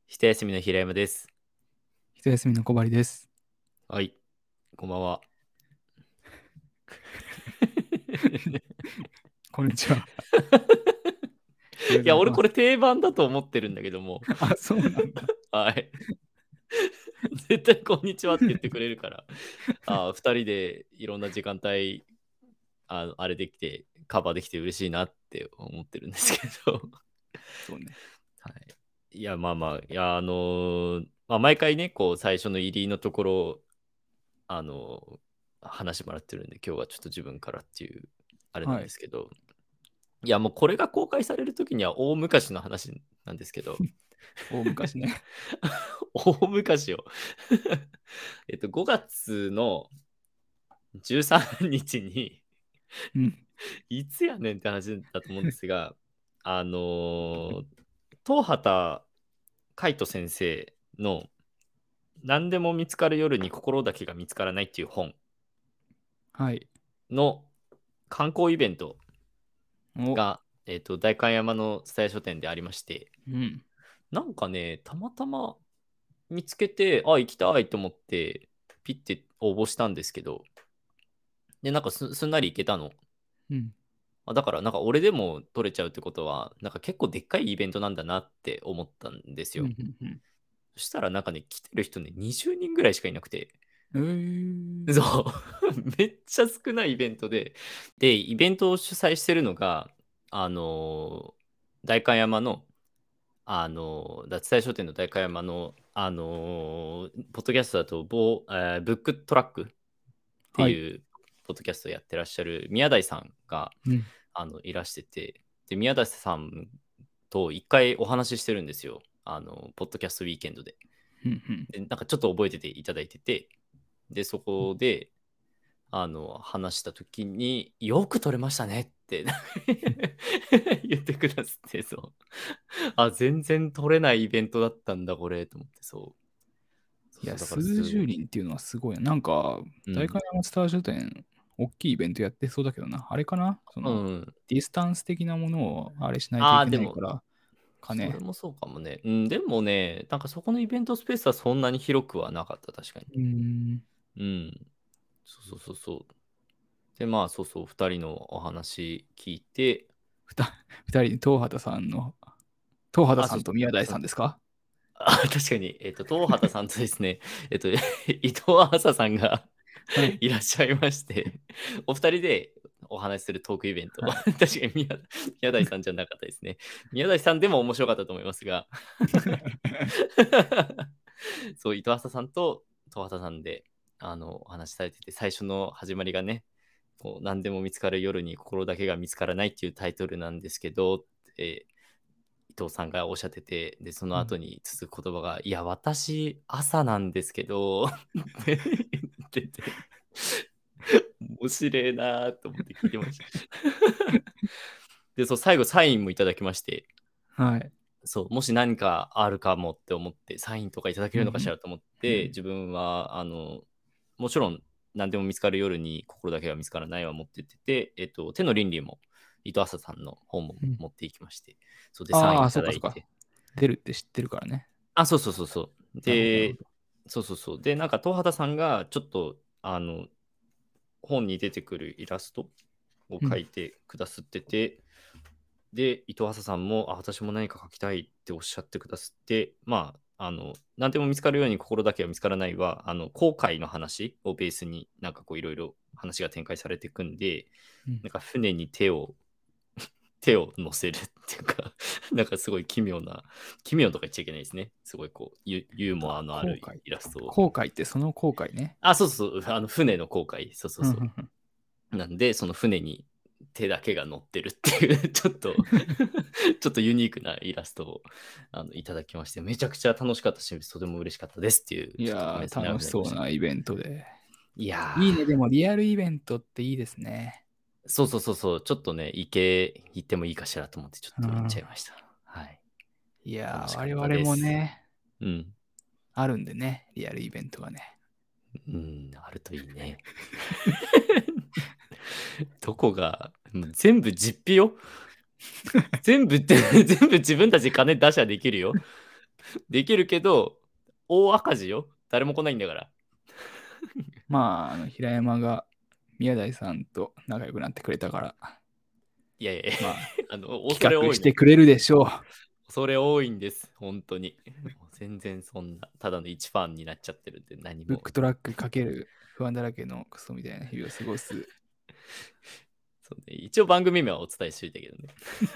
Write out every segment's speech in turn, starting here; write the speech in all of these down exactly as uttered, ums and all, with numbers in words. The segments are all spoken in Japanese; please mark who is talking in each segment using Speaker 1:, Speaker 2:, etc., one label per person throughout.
Speaker 1: 一休みの平山です。
Speaker 2: 一休みの小針です。
Speaker 1: はい、こんばんは。
Speaker 2: こんにちは。おはよう
Speaker 1: いや、
Speaker 2: ございます。
Speaker 1: 俺これ定番だと思ってるんだけども、
Speaker 2: あ、そうなんだ。
Speaker 1: はい。絶対こんにちはって言ってくれるから、あー二人でいろんな時間帯、ああれできて、カバーできて嬉しいなって思ってるんですけど、
Speaker 2: そうね。
Speaker 1: はい。いや、まあまあ、いや、あのーまあ、毎回ね、こう、最初の入りのところ、あのー話もらってるんで、今日はちょっと自分からっていう、あれなん
Speaker 2: はい。
Speaker 1: ですけど、いや、もうこれが公開されるときには大昔の話なんですけど、
Speaker 2: 大昔ね。
Speaker 1: 大昔よ。えっと、ごがつのじゅうさんにちに、
Speaker 2: うん。
Speaker 1: いつやねんって話だと思うんですが、あのー、東畑海人先生の何でも見つかる夜に心だけが見つからないっていう本
Speaker 2: はい。
Speaker 1: の観光イベント
Speaker 2: お、
Speaker 1: が、えっと、代官山の蔦屋書店でありまして、
Speaker 2: うん。
Speaker 1: なんかね、たまたま見つけて、あ、行きたいと思って、ピッて応募したんですけど、で、なんかすすんなり行けたの。
Speaker 2: うん。
Speaker 1: あだから、なんか俺でも取れちゃうってことは、なんか結構でっかいイベントなんだなって思ったんです
Speaker 2: うん。う
Speaker 1: よ。
Speaker 2: ん。うん
Speaker 1: そしたら、なんかね、来てる人ね、にじゅうにんぐらいしかいなくて、
Speaker 2: えー。
Speaker 1: そう、めっちゃ少ないイベントで、で、イベントを主催してるのが、あのー代官山の、あのー脱退書店の代官山の、あのーポッドキャストだと、ボーえーブックトラックって
Speaker 2: はい。
Speaker 1: いうポッドキャストをやってらっしゃる宮台さんが
Speaker 2: うん。
Speaker 1: あのいらしてて、で、宮台さんと一回お話ししてるんですよ。あの、ポッドキャストウィーケンドで。
Speaker 2: うん。うん。
Speaker 1: で、なんかちょっと覚えてていただいてて、で、そこで、あの、話したときに、よく撮れましたねって言ってくださって、そう。あ、全然撮れないイベントだったんだ、これ、と思って、そう。そう
Speaker 2: いや、
Speaker 1: そう、だからすごい。
Speaker 2: 数十人っていうのはすごいな。なんか、
Speaker 1: うん。
Speaker 2: 大会山スター書店、大きいイベントやってそうだけどな。あれかなその、
Speaker 1: うん。
Speaker 2: ディスタンス的なものをあれしないと
Speaker 1: ああ、
Speaker 2: いけ
Speaker 1: でも、
Speaker 2: ないから、かね。
Speaker 1: それもそうかもね。うん、でもね、なんかそこのイベントスペースはそんなに広くはなかった、確かに。
Speaker 2: うーん。
Speaker 1: うん。そうそうそうそう。で、まあ、そうそう、ふたりのお話聞いて、
Speaker 2: ふた、二人、東畑さんの、東畑
Speaker 1: あ、
Speaker 2: さ
Speaker 1: そうそう、
Speaker 2: んと宮台
Speaker 1: そう
Speaker 2: さんですか？
Speaker 1: あ、確かに、えっと、東畑さんとですね、えっと、伊藤麻さんが
Speaker 2: はい。
Speaker 1: いらっしゃいまして、お二人でお話しするトークイベント。
Speaker 2: はい。
Speaker 1: 確かに宮、宮台さんじゃなかったですね。宮台さんでも面白かったと思いますが、そう、伊藤麻さんと東畑さんで、あの、お話しされてて、最初の始まりがね、こう何でも見つかる夜に心だけが見つからないっていうタイトルなんですけど、えー伊藤さんがおっしゃってて、で、その後に続く言葉が、いや、私、朝なんですけど、って言ってて、面白いなと思って聞いてました。で、そう、最後、サインもいただきまして、
Speaker 2: はい。
Speaker 1: そう、もし何かあるかもって思って、サインとかいただけるのかし
Speaker 2: うん
Speaker 1: らと思っ
Speaker 2: うんう
Speaker 1: て、
Speaker 2: ん
Speaker 1: 自分は、あの、もちろん、何でも見つかる夜に心だけが見つからないは持ってってて、えっと、手の倫理も、伊藤麻さんの本も
Speaker 2: うん
Speaker 1: 持っていきまして、そうで、サイン
Speaker 2: ああ、
Speaker 1: い
Speaker 2: そうかそうか。
Speaker 1: ただいて、
Speaker 2: 出るって知ってるからね。
Speaker 1: あ、そうそうそうそう。
Speaker 2: なるほど、なるほ
Speaker 1: で、
Speaker 2: ど。
Speaker 1: そうそうそう。で、なんか、東畑さんが、ちょっと、あの、本に出てくるイラストを
Speaker 2: うん。
Speaker 1: 描いてくださってて、で、伊藤麻さんも、あ、私も何か描きたいっておっしゃってくださって、まあ、あの、何でも見つかるように心だけは見つからないは、あの、航海の話をベースになんかこういろいろ話が展開されていくんで、
Speaker 2: うん
Speaker 1: なんか船に手を、手を乗せるっていうか、なんかすごい奇妙な、奇妙とか言っちゃいけないですね。すごいこう、ユユーモア
Speaker 2: あ、
Speaker 1: のある
Speaker 2: 後悔。
Speaker 1: イラストを。
Speaker 2: 後悔ってその後悔ね。
Speaker 1: あ、そうそうそう、あの船の航海。そうそうそ
Speaker 2: うんうんうん
Speaker 1: う。なんで、その船に手だけが乗ってるっていうちょっとちょっとユニークなイラストをあのいただきまして、めちゃくちゃ楽しかったし、とても嬉しかったですっていう、ちょっとごめん
Speaker 2: いやー、
Speaker 1: なさい、長
Speaker 2: 楽し
Speaker 1: くなりましたが。
Speaker 2: そうなイベントで。
Speaker 1: いや
Speaker 2: いいね、でもリアルイベントっていいですね。
Speaker 1: ー、そうそうそうそう、ちょっとね、行け、行ってもいいかしらと思って、ちょっと行っちゃ
Speaker 2: うん、
Speaker 1: いました。はい。
Speaker 2: いやー、
Speaker 1: 楽しかった
Speaker 2: 我々
Speaker 1: です。
Speaker 2: もね、
Speaker 1: うん。
Speaker 2: あるんでね、リアルイベントがね。
Speaker 1: うん、あるといいね。どこが、もう全部実費よ。全部、全部自分たち金出しゃできるよ。 できるけど、大赤字よ。誰も来ないんだから。
Speaker 2: まあ、あの平山が宮台さんと仲良くなってくれたから、
Speaker 1: いやいやいや、
Speaker 2: まあ、
Speaker 1: あの、恐れ
Speaker 2: 企画
Speaker 1: 多いの。
Speaker 2: してくれるでしょう。
Speaker 1: 恐れ多いんです。本当に。全然そんな、ただの一ファンになっちゃってるんで、何も。
Speaker 2: ブックトラックかける不安だらけのクソみたいな日々を過ごす。
Speaker 1: そうね、一応番組名はお伝えしといたけどね。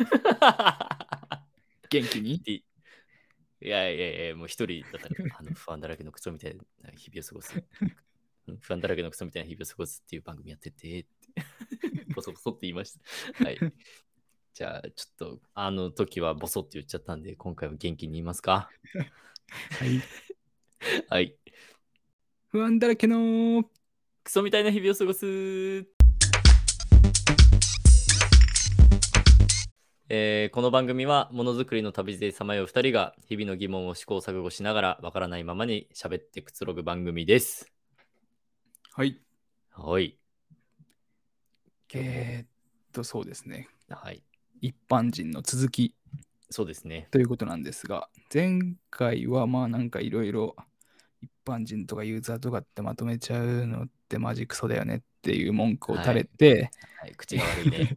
Speaker 2: 元気に
Speaker 1: いいやいやいや、もう一人だったら、あの不安だらけのクソみたいな日々を過ごす。うん不安だらけのクソみたいな日々を過ごすっていう番組やってて、ってボソボソって言いました。はい。じゃあ、ちょっと、あの時はボソって言っちゃったんで、今回は元気に言いますか。
Speaker 2: はい。
Speaker 1: はい。
Speaker 2: 不安だらけの
Speaker 1: クソみたいな日々を過ごす。えーこの番組はものづくりの旅路でさまようふたりが日々の疑問を試行錯誤しながらわからないままに喋ってくつろぐ番組です。
Speaker 2: はい。
Speaker 1: はい。今日も、
Speaker 2: えー、っと、そうですね。
Speaker 1: はい。
Speaker 2: 一般人の続き
Speaker 1: そうですね。
Speaker 2: ということなんですが、前回はまあなんかいろいろ一般人とかユーザーとかってまとめちゃうのってマジクソだよねっていう文句を垂れて、
Speaker 1: はい、口が悪いね。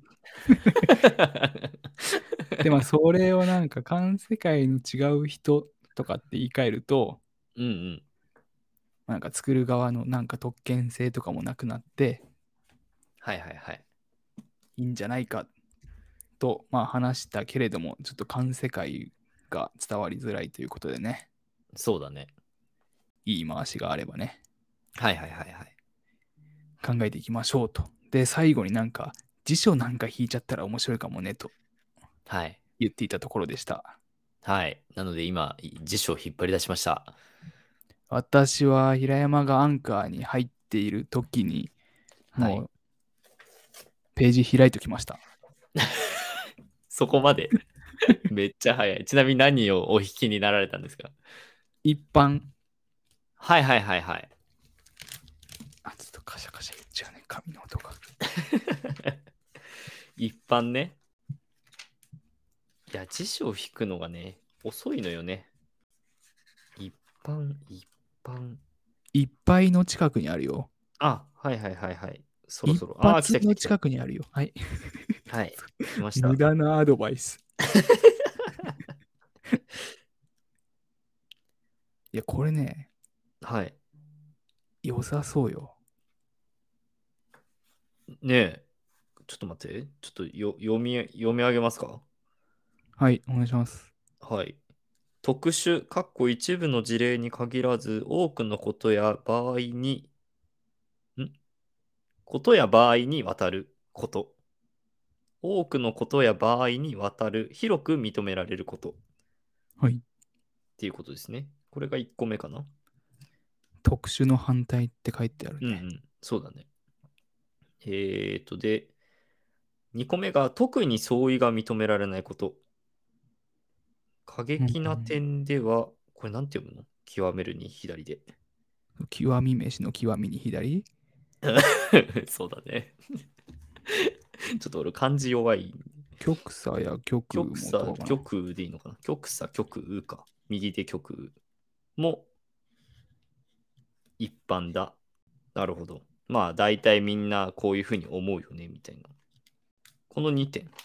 Speaker 2: でまあそれをなんか環世界の違う人とかって言い換えると、
Speaker 1: うんうん。
Speaker 2: なんか作る側のなんか特権性とかもなくなって
Speaker 1: はいはいはい。
Speaker 2: いいんじゃないかとまあ話したけれども、ちょっと環世界が伝わりづらいということでね、
Speaker 1: そうだね。
Speaker 2: 言い回しがあればね、
Speaker 1: はいはいはいはい。
Speaker 2: 考えていきましょうと。で、最後になんか辞書なんか引いちゃったら面白いかもねと
Speaker 1: はい。
Speaker 2: 言っていたところでした。
Speaker 1: はい。なので今、辞書を引っ張り出しました。
Speaker 2: 私は平山がアンカーに入っている時に
Speaker 1: はい。
Speaker 2: もうページ開いておきました。
Speaker 1: そこまで。めっちゃ早い。ちなみに何をお引きになられたんですか？
Speaker 2: 一般、
Speaker 1: はいはいはいはい。
Speaker 2: あ、ちょっとカシャカシャ言っちゃうね、紙の音が。
Speaker 1: 一般ね。いや、辞書を引くのがね、遅いのよね。一般、一般。
Speaker 2: いっぱいの近くにあるよ。
Speaker 1: あ、はいはいはいはい。そろ
Speaker 2: 一
Speaker 1: そろ。ああ、来た来た来た。
Speaker 2: 発の近くにあるよ。はい。
Speaker 1: はい。来ました。
Speaker 2: 無駄なアドバイス。いや、これね、
Speaker 1: はい。
Speaker 2: 良さそうよ。
Speaker 1: ねえ、ちょっと待って。ちょっとよ読み、読み上げますか？
Speaker 2: はい、お願いします。
Speaker 1: はい。特殊、かっこ一部の事例に限らず、多くのことや場合に、んことや場合にわたること。多くのことや場合にわたる、広く認められることっ
Speaker 2: はい。
Speaker 1: ていうことですね。これがいっこめかな。
Speaker 2: 特殊の反対って書いてあるね。
Speaker 1: うんうん。そうだね。えーと、で、にこめが特に相違が認められないこと。過激な点では、これなんて読むの？極めるに左で。
Speaker 2: 極み飯の極みに左。
Speaker 1: そうだね。ちょっと俺漢字弱い。
Speaker 2: 極左や極
Speaker 1: 極左、
Speaker 2: もとかな。
Speaker 1: 極右でいいのかな？極左、極右か。右で極右も一般だ。なるほど。まあ大体みんなこういうふうに思うよね、みたいな。このにてん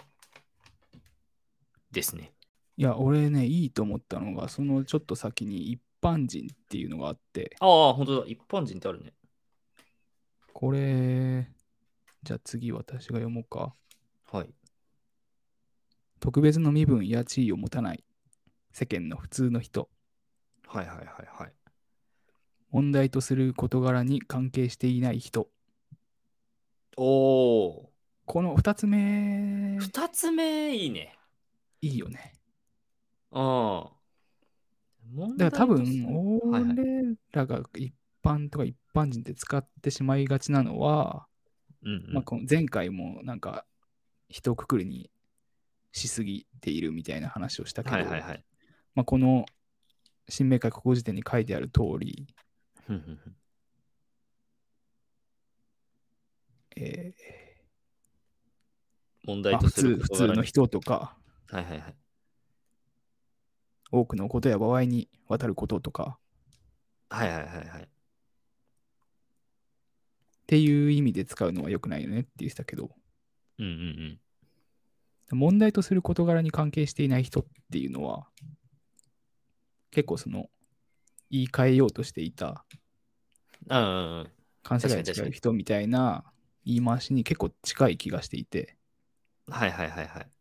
Speaker 1: ですね。
Speaker 2: いや、俺ね、いいと思ったのが、そのちょっと先に一般人っていうのがあって、
Speaker 1: ああ、本当だ。一般人ってあるね。
Speaker 2: これ、じゃあ次私が読もうか。
Speaker 1: はい。
Speaker 2: 特別の身分や地位を持たない世間の普通の人。
Speaker 1: はいはいはいはい。
Speaker 2: 問題とする事柄に関係していない人。
Speaker 1: おお。
Speaker 2: この二つ目、
Speaker 1: 二つ目いいね。
Speaker 2: いいよね。
Speaker 1: ああ。
Speaker 2: だから多
Speaker 1: 問題とする。
Speaker 2: 分、
Speaker 1: はいはい。
Speaker 2: 俺らが一般とか一般人って使ってしまいがちなのは、
Speaker 1: うんうん。
Speaker 2: まあ、この前回もなんか、一括りにしすぎているみたいな話をしたけど、
Speaker 1: はいはいはい。
Speaker 2: まあ、この新明解国語辞典に書いてある通り、
Speaker 1: ふんふんふん
Speaker 2: え
Speaker 1: 問
Speaker 2: ーまあ、普
Speaker 1: 題とする
Speaker 2: 通普通の
Speaker 1: 事柄に。
Speaker 2: 人とか、
Speaker 1: はいはいはい。
Speaker 2: 多くのことや場合にわたることとか
Speaker 1: はいはいはいはい。
Speaker 2: っていう意味で使うのは良くないよねって言ってたけど、
Speaker 1: うんうんうん。
Speaker 2: 問題とする事柄に関係していない人っていうのは、結構その言い換えようとしていた
Speaker 1: うんうんうん。
Speaker 2: 関世界
Speaker 1: 確かに確かに。
Speaker 2: が違う人みたいな言い回しに結構近い気がしていて、
Speaker 1: はいはいはいはい。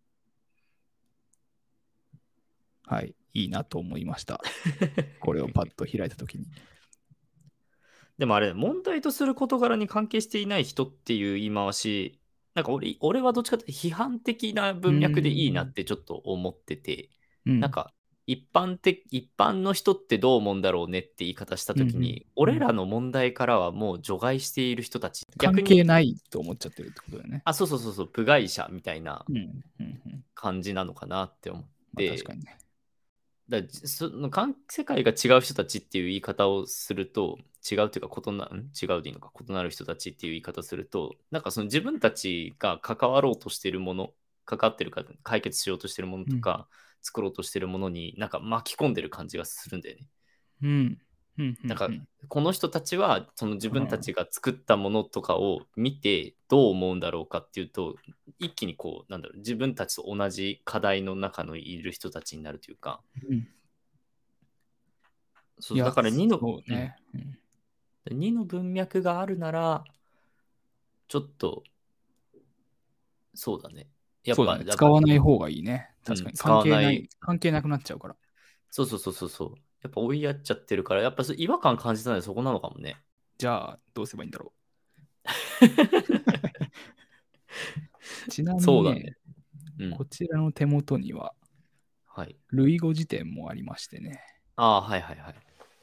Speaker 2: はい、いいなと思いました。これをパッと開いたときに。
Speaker 1: でもあれ、問題とする事柄に関係していない人っていう言い回し、なんか俺俺はどっちかというと批判的な
Speaker 2: う
Speaker 1: 文脈でいいなっ
Speaker 2: ん。
Speaker 1: てちょっと思ってて、
Speaker 2: うん。
Speaker 1: なんか一般的、一般の人ってどう思うんだろうねって言い方した
Speaker 2: うんうん
Speaker 1: ときに、俺
Speaker 2: うん、
Speaker 1: らの問題からはもう除外している人たち、逆
Speaker 2: 関係
Speaker 1: に、
Speaker 2: ないと思っちゃってるってことだよね。
Speaker 1: あ、そうそうそうそう、部外者みたいな
Speaker 2: うん。うんうん、
Speaker 1: 感じなのかなって思っ
Speaker 2: まあ確か
Speaker 1: て、
Speaker 2: にね。
Speaker 1: だその関世界が違う人たちっていう言い方をすると、違うというか異な、ん違うでいいのか、異なる人たちっていう言い方をすると、なんかその自分たちが関わろうとしているもの、関わってるか、解決しようとしているもの
Speaker 2: うん。
Speaker 1: とか、作ろうとしているものになんか巻き込んでる感じがするんだよね。
Speaker 2: うん。うん。う
Speaker 1: なんか、
Speaker 2: ん。
Speaker 1: この人たちは、その自分た
Speaker 2: うん。
Speaker 1: ちが作ったものとかを見て、どう思うんだろうかっていうと、一気にこう、なんだろう、自分たちと同じ課題の中のいる人たちになるというか、
Speaker 2: うん。
Speaker 1: そう、だ
Speaker 2: いや、
Speaker 1: からにの、うん、
Speaker 2: そうね。うん、
Speaker 1: にの文脈があるなら、ちょっと、そうだね。やっぱ、
Speaker 2: そうだね。
Speaker 1: やっぱ、
Speaker 2: 使わない方がいいね。
Speaker 1: うん、
Speaker 2: 確かに。
Speaker 1: 使
Speaker 2: 関係ない、
Speaker 1: わない。
Speaker 2: 関係なくなっちゃうから。
Speaker 1: そうそうそうそうそう。やっぱ追いやっちゃってるから、やっぱそう違和感感じたのはそこなのかもね。
Speaker 2: じゃあ、どうすればいいんだろう。ちなみにね、
Speaker 1: そうだね。うん。
Speaker 2: こちらの手元には、
Speaker 1: はい。
Speaker 2: 類語辞典もありましてね。
Speaker 1: ああ、はいはいはい。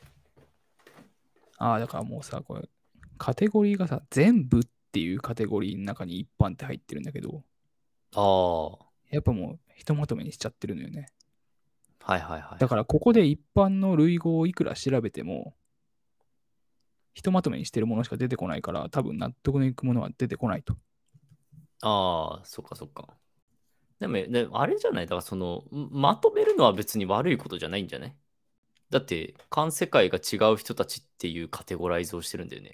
Speaker 2: ああ、だからもうさ、これ、カテゴリーがさ、全部っていうカテゴリーの中に一般って入ってるんだけど、
Speaker 1: ああ、は
Speaker 2: やっぱもうひとまとめにしちゃってるのよね。
Speaker 1: いはいはいはい。
Speaker 2: だからここで一般の類語をいくら調べても、ひとまとめにしてるものしか出てこないから、多分納得のいくものは出てこないと。
Speaker 1: ああ、そっかそっか。でも、であれじゃないだからその、まとめるのは別に悪いことじゃないんじゃない？だって、環世界が違う人たちっていうカテゴライズをしてるんだよね。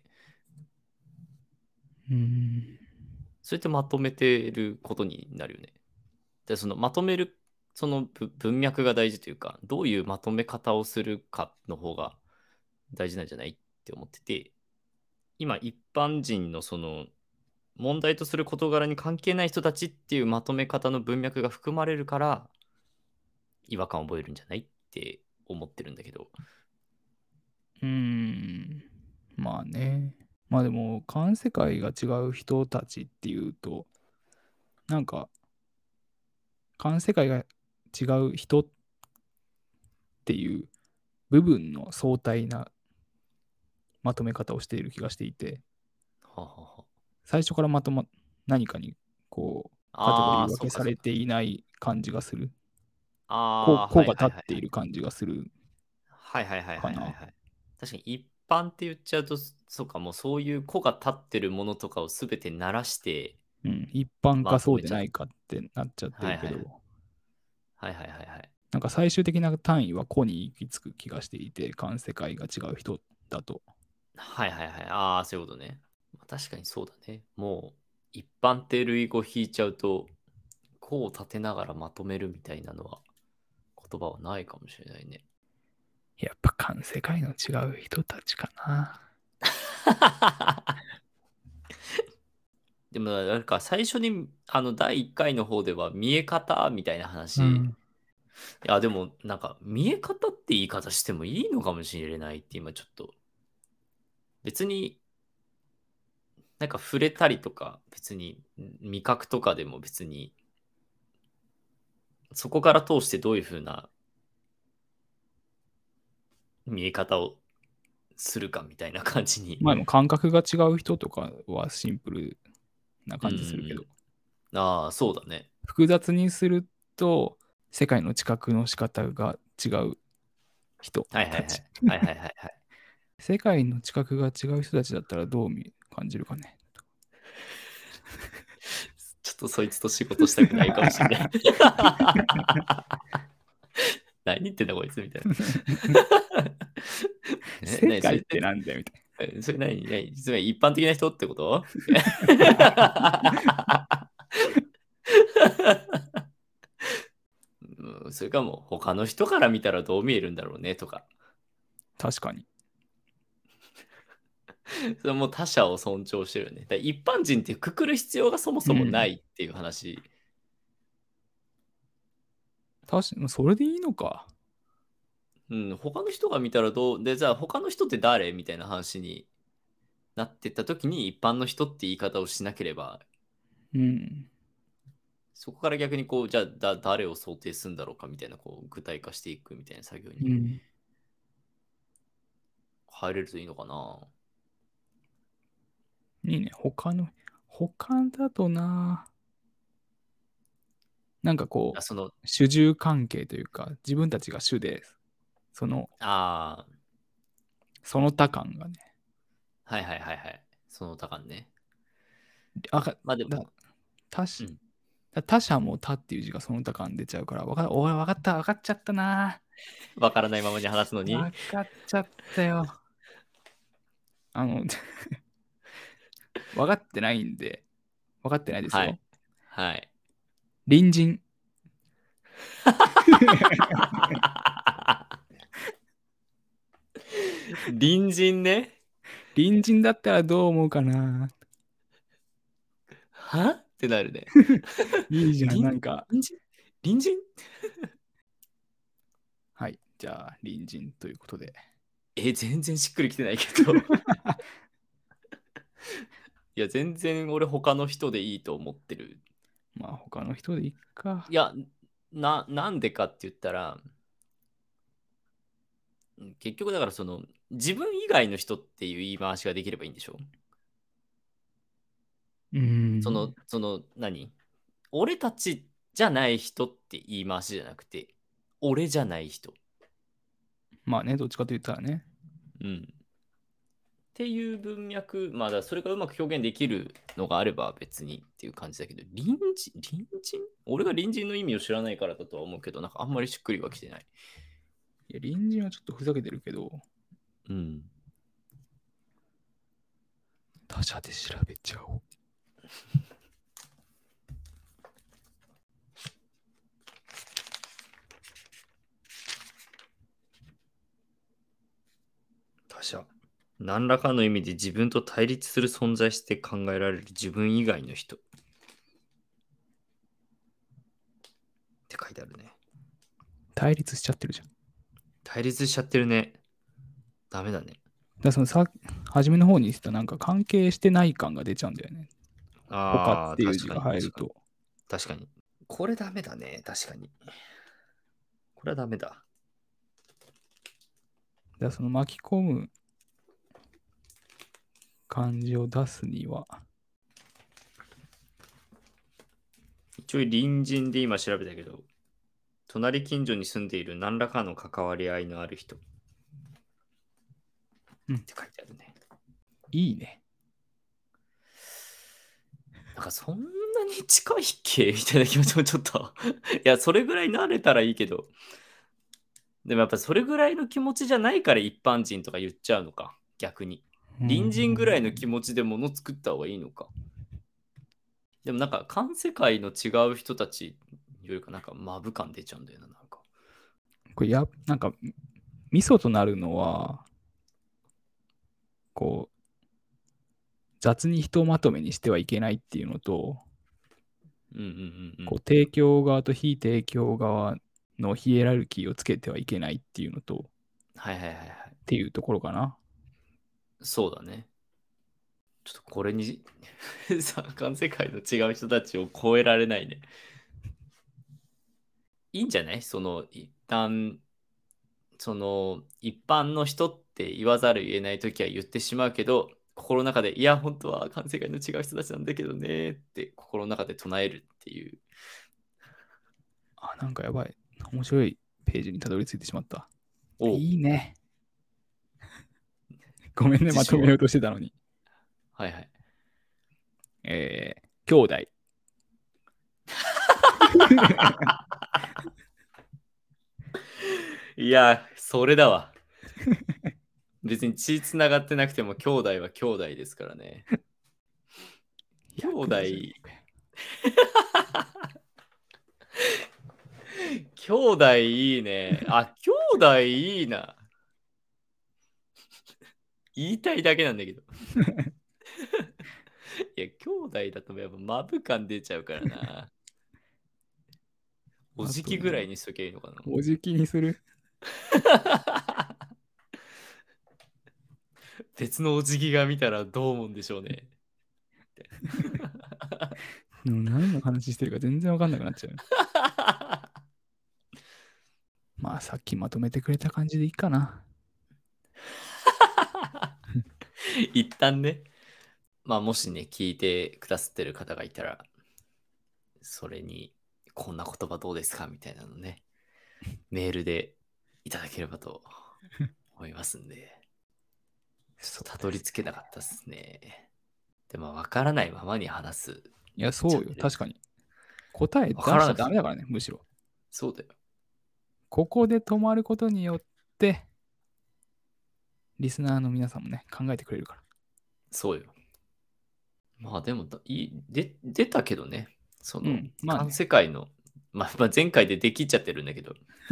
Speaker 2: うーん。
Speaker 1: それってまとめてることになるよね。で、そのまとめる、そのぶ文脈が大事というか、どういうまとめ方をするかの方が大事なんじゃないって思ってて、今、一般人のその、問題とする事柄に関係ない人たちっていうまとめ方の文脈が含まれるから、違和感を覚えるんじゃないって思ってるんだけど。
Speaker 2: うーん。まあね。まあでも、環世界が違う人たちっていうと、なんか、環世界が違う人っていう部分の相対なまとめ方をしている気がしていて、
Speaker 1: ははは
Speaker 2: 最初からまとま、何かにこう、カテゴリ
Speaker 1: ああ、
Speaker 2: ー分
Speaker 1: そうかそうか。
Speaker 2: けされていない感じがする。こう、
Speaker 1: ああ、
Speaker 2: こう
Speaker 1: はい
Speaker 2: が立ってい
Speaker 1: はいはいはい。
Speaker 2: る感じがする
Speaker 1: はいはいはい
Speaker 2: かな。
Speaker 1: はいはいはい。確かに一般って言っちゃうと、そうか、もうそういう子が立ってるものとかをすべて鳴らして、
Speaker 2: うん。一般か
Speaker 1: まとめちゃう。
Speaker 2: そうでないかってなっちゃってるけど、
Speaker 1: はいはいはい。はいはいはいはい。
Speaker 2: なんか最終的な単位は個に行き着く気がしていて、環世界が違う人だと。
Speaker 1: はいはいはい。ああ、そういうことね。まあ確かにそうだね。もう、一般って類語引いちゃうと、子を立てながらまとめるみたいなのは、言葉はないかもしれないね。
Speaker 2: やっぱ環世界の違う人たちかな。
Speaker 1: でも、なんか最初に、あの、だいいっかいの方では、見え方みたいな話。い
Speaker 2: うん。
Speaker 1: や、でも、なんか、見え方って言い方してもいいのかもしれないって今ちょっと、別になんか触れたりとか、別に味覚とかでも別に、そこから通してどういう風な見え方をするかみたいな感じに。
Speaker 2: まあでも感覚が違う人とかはシンプルな
Speaker 1: うんう
Speaker 2: 感じするけど、
Speaker 1: ん。ああ、そうだね。
Speaker 2: 複雑にすると世界の知覚の仕方が違う人
Speaker 1: はいはいはい。
Speaker 2: たち。
Speaker 1: はいはいはいはい。
Speaker 2: 世界の知覚が違う人たちだったらどう感じるかね。
Speaker 1: ちょっとそいつと仕事したくないかもしれない。 何言ってんだこいつみたいな。
Speaker 2: 世界ってなんだよみたい
Speaker 1: な。それ何何つまり一般的な人ってことうん、それかもう他の人から見たらどう見えるんだろうねとか。
Speaker 2: な。確かに。
Speaker 1: それも他者を尊重してるよね。だから一般人ってくくる必要がそもそもないっていう話。
Speaker 2: 確かに、それでいいのか。
Speaker 1: うん、他の人が見たらどうで、じゃあ他の人って誰みたいな話になってった時に一般の人って言い方をしなければ、
Speaker 2: うん。
Speaker 1: そこから逆にこう、じゃあだ誰を想定するんだろうかみたいな、こう具体化していくみたいな作業に
Speaker 2: うん。
Speaker 1: 入れるといいのかな。
Speaker 2: いいね。他の、他だとな、なんかこう、
Speaker 1: あその、
Speaker 2: 主従関係というか、自分たちが主で、その、
Speaker 1: あ
Speaker 2: その他感がね。
Speaker 1: あ、はいはいはいはい。その他感ね。
Speaker 2: あか
Speaker 1: まあでも、
Speaker 2: だ他者
Speaker 1: うん、
Speaker 2: だ他者も他っていう字がその他感出ちゃうから、わかおい、わかった、わかっちゃったな。
Speaker 1: わからないままに話すのに。
Speaker 2: わかっちゃったよ。あの、わかってないんで、わかってないですよ。
Speaker 1: はい。はい。
Speaker 2: 隣人。
Speaker 1: 隣人ね。
Speaker 2: 隣人だったらどう思うかな。
Speaker 1: はってなるね。
Speaker 2: いいじゃん、
Speaker 1: 隣
Speaker 2: なんか。
Speaker 1: 隣人隣人
Speaker 2: はい、じゃあ、隣人ということで。
Speaker 1: え、全然しっくりきてないけど。いや、全然俺他の人でいいと思ってる。
Speaker 2: まあ、他の人でいっか。
Speaker 1: いや、な、なんでかって言ったら、結局だからその、自分以外の人っていう言い回しができればいいんでしょ。
Speaker 2: うー
Speaker 1: その、
Speaker 2: ん。
Speaker 1: その、何俺たちじゃない人って言い回しじゃなくて、俺じゃない人。
Speaker 2: まあね、どっちかと言ったらね。
Speaker 1: うん。っていう文脈、まあ、だからそれがうまく表現できるのがあれば別にっていう感じだけど、隣人隣人俺が隣人の意味を知らないからだとは思うけど、なんかあんまりしっくりはきてない。
Speaker 2: いや、隣人はちょっとふざけてるけど、
Speaker 1: うん。
Speaker 2: 他者で調べちゃおう。
Speaker 1: 他者。何らかの意味で自分と対立する存在して考えられる自分以外の人。って書いてあるね。
Speaker 2: 対立しちゃってるじゃん。
Speaker 1: 対立しちゃってるね。ダメだね。
Speaker 2: だからそのさ、初めの方に言ってたなんか関係してない感が出ちゃうんだよね。他
Speaker 1: ああ、
Speaker 2: っていう字が
Speaker 1: 確かに
Speaker 2: 入ると。
Speaker 1: 確かに。これダメだね。確かに。これはダメだ。
Speaker 2: だからその巻き込む感じを出すには、
Speaker 1: 一応隣人で今調べたけど、隣近所に住んでいる何らかの関わり合いのある人。
Speaker 2: うん
Speaker 1: って書いてあるね。
Speaker 2: いいね。
Speaker 1: なんかそんなに近いっけみたいな気持ちもちょっといや、それぐらい慣れたらいいけど。でもやっぱそれぐらいの気持ちじゃないから一般人とか言っちゃうのか。逆に。隣人ぐらいの気持ちで物作った方がいいのか。でもなんか、環世界の違う人たちよりか、なんか、マブ感出ちゃうんだよな、なんか。
Speaker 2: これや、なんか、ミソとなるのは、こう、雑に人をまとめにしてはいけないっていうのと、
Speaker 1: うんうんうんうん。
Speaker 2: こう提供側と非提供側のヒエラルキーをつけてはいけないっていうのと、
Speaker 1: はいはいはいはい。
Speaker 2: っていうところかな。
Speaker 1: そうだね。ちょっとこれに、さ、環世界の違う人たちを超えられないね。いいんじゃないその、一旦、その、一般の人って言わざる言えないときは言ってしまうけど、心の中で、いや、本当は環世界の違う人たちなんだけどねって心の中で唱えるっていう。
Speaker 2: あ、なんかやばい。面白いページにたどり着いてしまった。
Speaker 1: お
Speaker 2: いいね。ごめんね、
Speaker 1: 辞書は
Speaker 2: まとめようとしてたのに。
Speaker 1: はいはい。
Speaker 2: えー、兄弟。
Speaker 1: いや、それだわ。別に血つながってなくても兄弟は兄弟ですからね。兄弟、兄弟いいね。あ、兄弟いいな。言いたいだけなんだけど。いや、兄弟だとやっぱマブ感出ちゃうからな。おじきぐらいにしとけばいいのかな。
Speaker 2: おじきにする。
Speaker 1: 別のおじきが見たらどう思うんでしょうね。
Speaker 2: 何の話してるか全然わかんなくなっちゃう。まあさっきまとめてくれた感じでいいかな。
Speaker 1: 一旦ね、まあもしね、聞いてくださってる方がいたら、それにこんな言葉どうですかみたいなのね、メールでいただければと思いますんで、ちょっとたどり着けなかったですね。でも分からないままに話す。
Speaker 2: いや、そうよ。確かに。答え出しちゃダメだからね、むしろ。
Speaker 1: そうだよ。
Speaker 2: ここで止まることによって、リスナーの皆さんもね、考えてくれるから。
Speaker 1: そうよ。まあでもいで、出たけどね、その、
Speaker 2: うんまあね
Speaker 1: 環世界の、まあ、まあ前回でできちゃってるんだけど。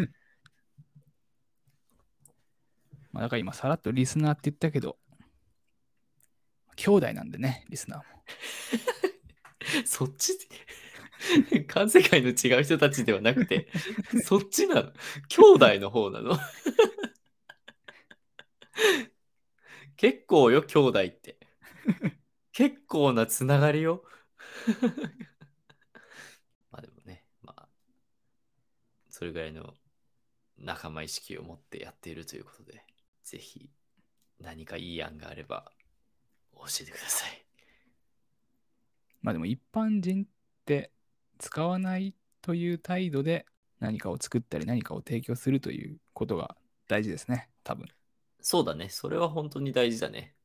Speaker 2: まあだから今、さらっとリスナーって言ったけど、兄弟なんでね、リスナーも。
Speaker 1: そっち環世界の違う人たちではなくて、そっちなの。兄弟の方なの。結構よ、兄弟って。結構なつながりよ。まあでもね、まあ、それぐらいの仲間意識を持ってやっているということで、ぜひ何かいい案があれば教えてください。
Speaker 2: まあでも一般人って使わないという態度で何かを作ったり何かを提供するということが大事ですね、多分。
Speaker 1: そうだね。それは本当に大事だね。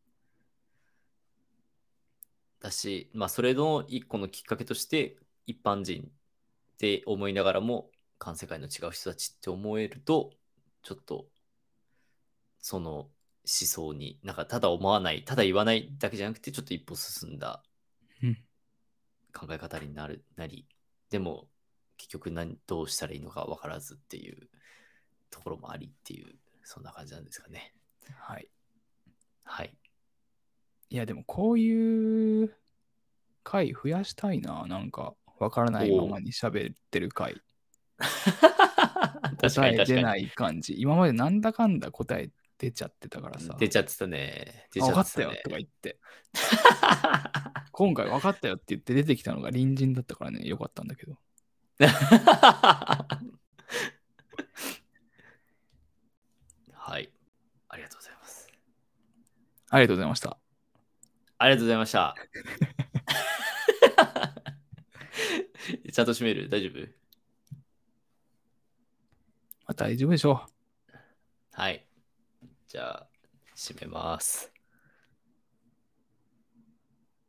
Speaker 1: だし、まあそれの一個のきっかけとして一般人って思いながらも環世界の違う人たちって思えると、ちょっとその思想になんかただ思わない、ただ言わないだけじゃなくてちょっと一歩進んだ考え方になるなり、でも結局何どうしたらいいのか分からずっていうところもありっていう、そんな感じなんですかね。
Speaker 2: はい。
Speaker 1: はい。
Speaker 2: いやでもこういう回増やしたいな、なんかわからないままに喋ってる回。
Speaker 1: 確かに確かに。
Speaker 2: 答え出ない感じ。今までなんだかんだ答え出ちゃってたからさ。
Speaker 1: 出ちゃってたね。出ち
Speaker 2: 分か
Speaker 1: ゃっね。
Speaker 2: ってたよとか言って。今回分かったよって言って出てきたのが隣人だったからね、よかったんだけど。
Speaker 1: はい。ありがとうございます。
Speaker 2: ありがとうございました。
Speaker 1: ありがとうございました。ちゃんと閉める？大丈夫？
Speaker 2: まあ、大丈夫でしょう。
Speaker 1: はい。じゃあ、閉めます。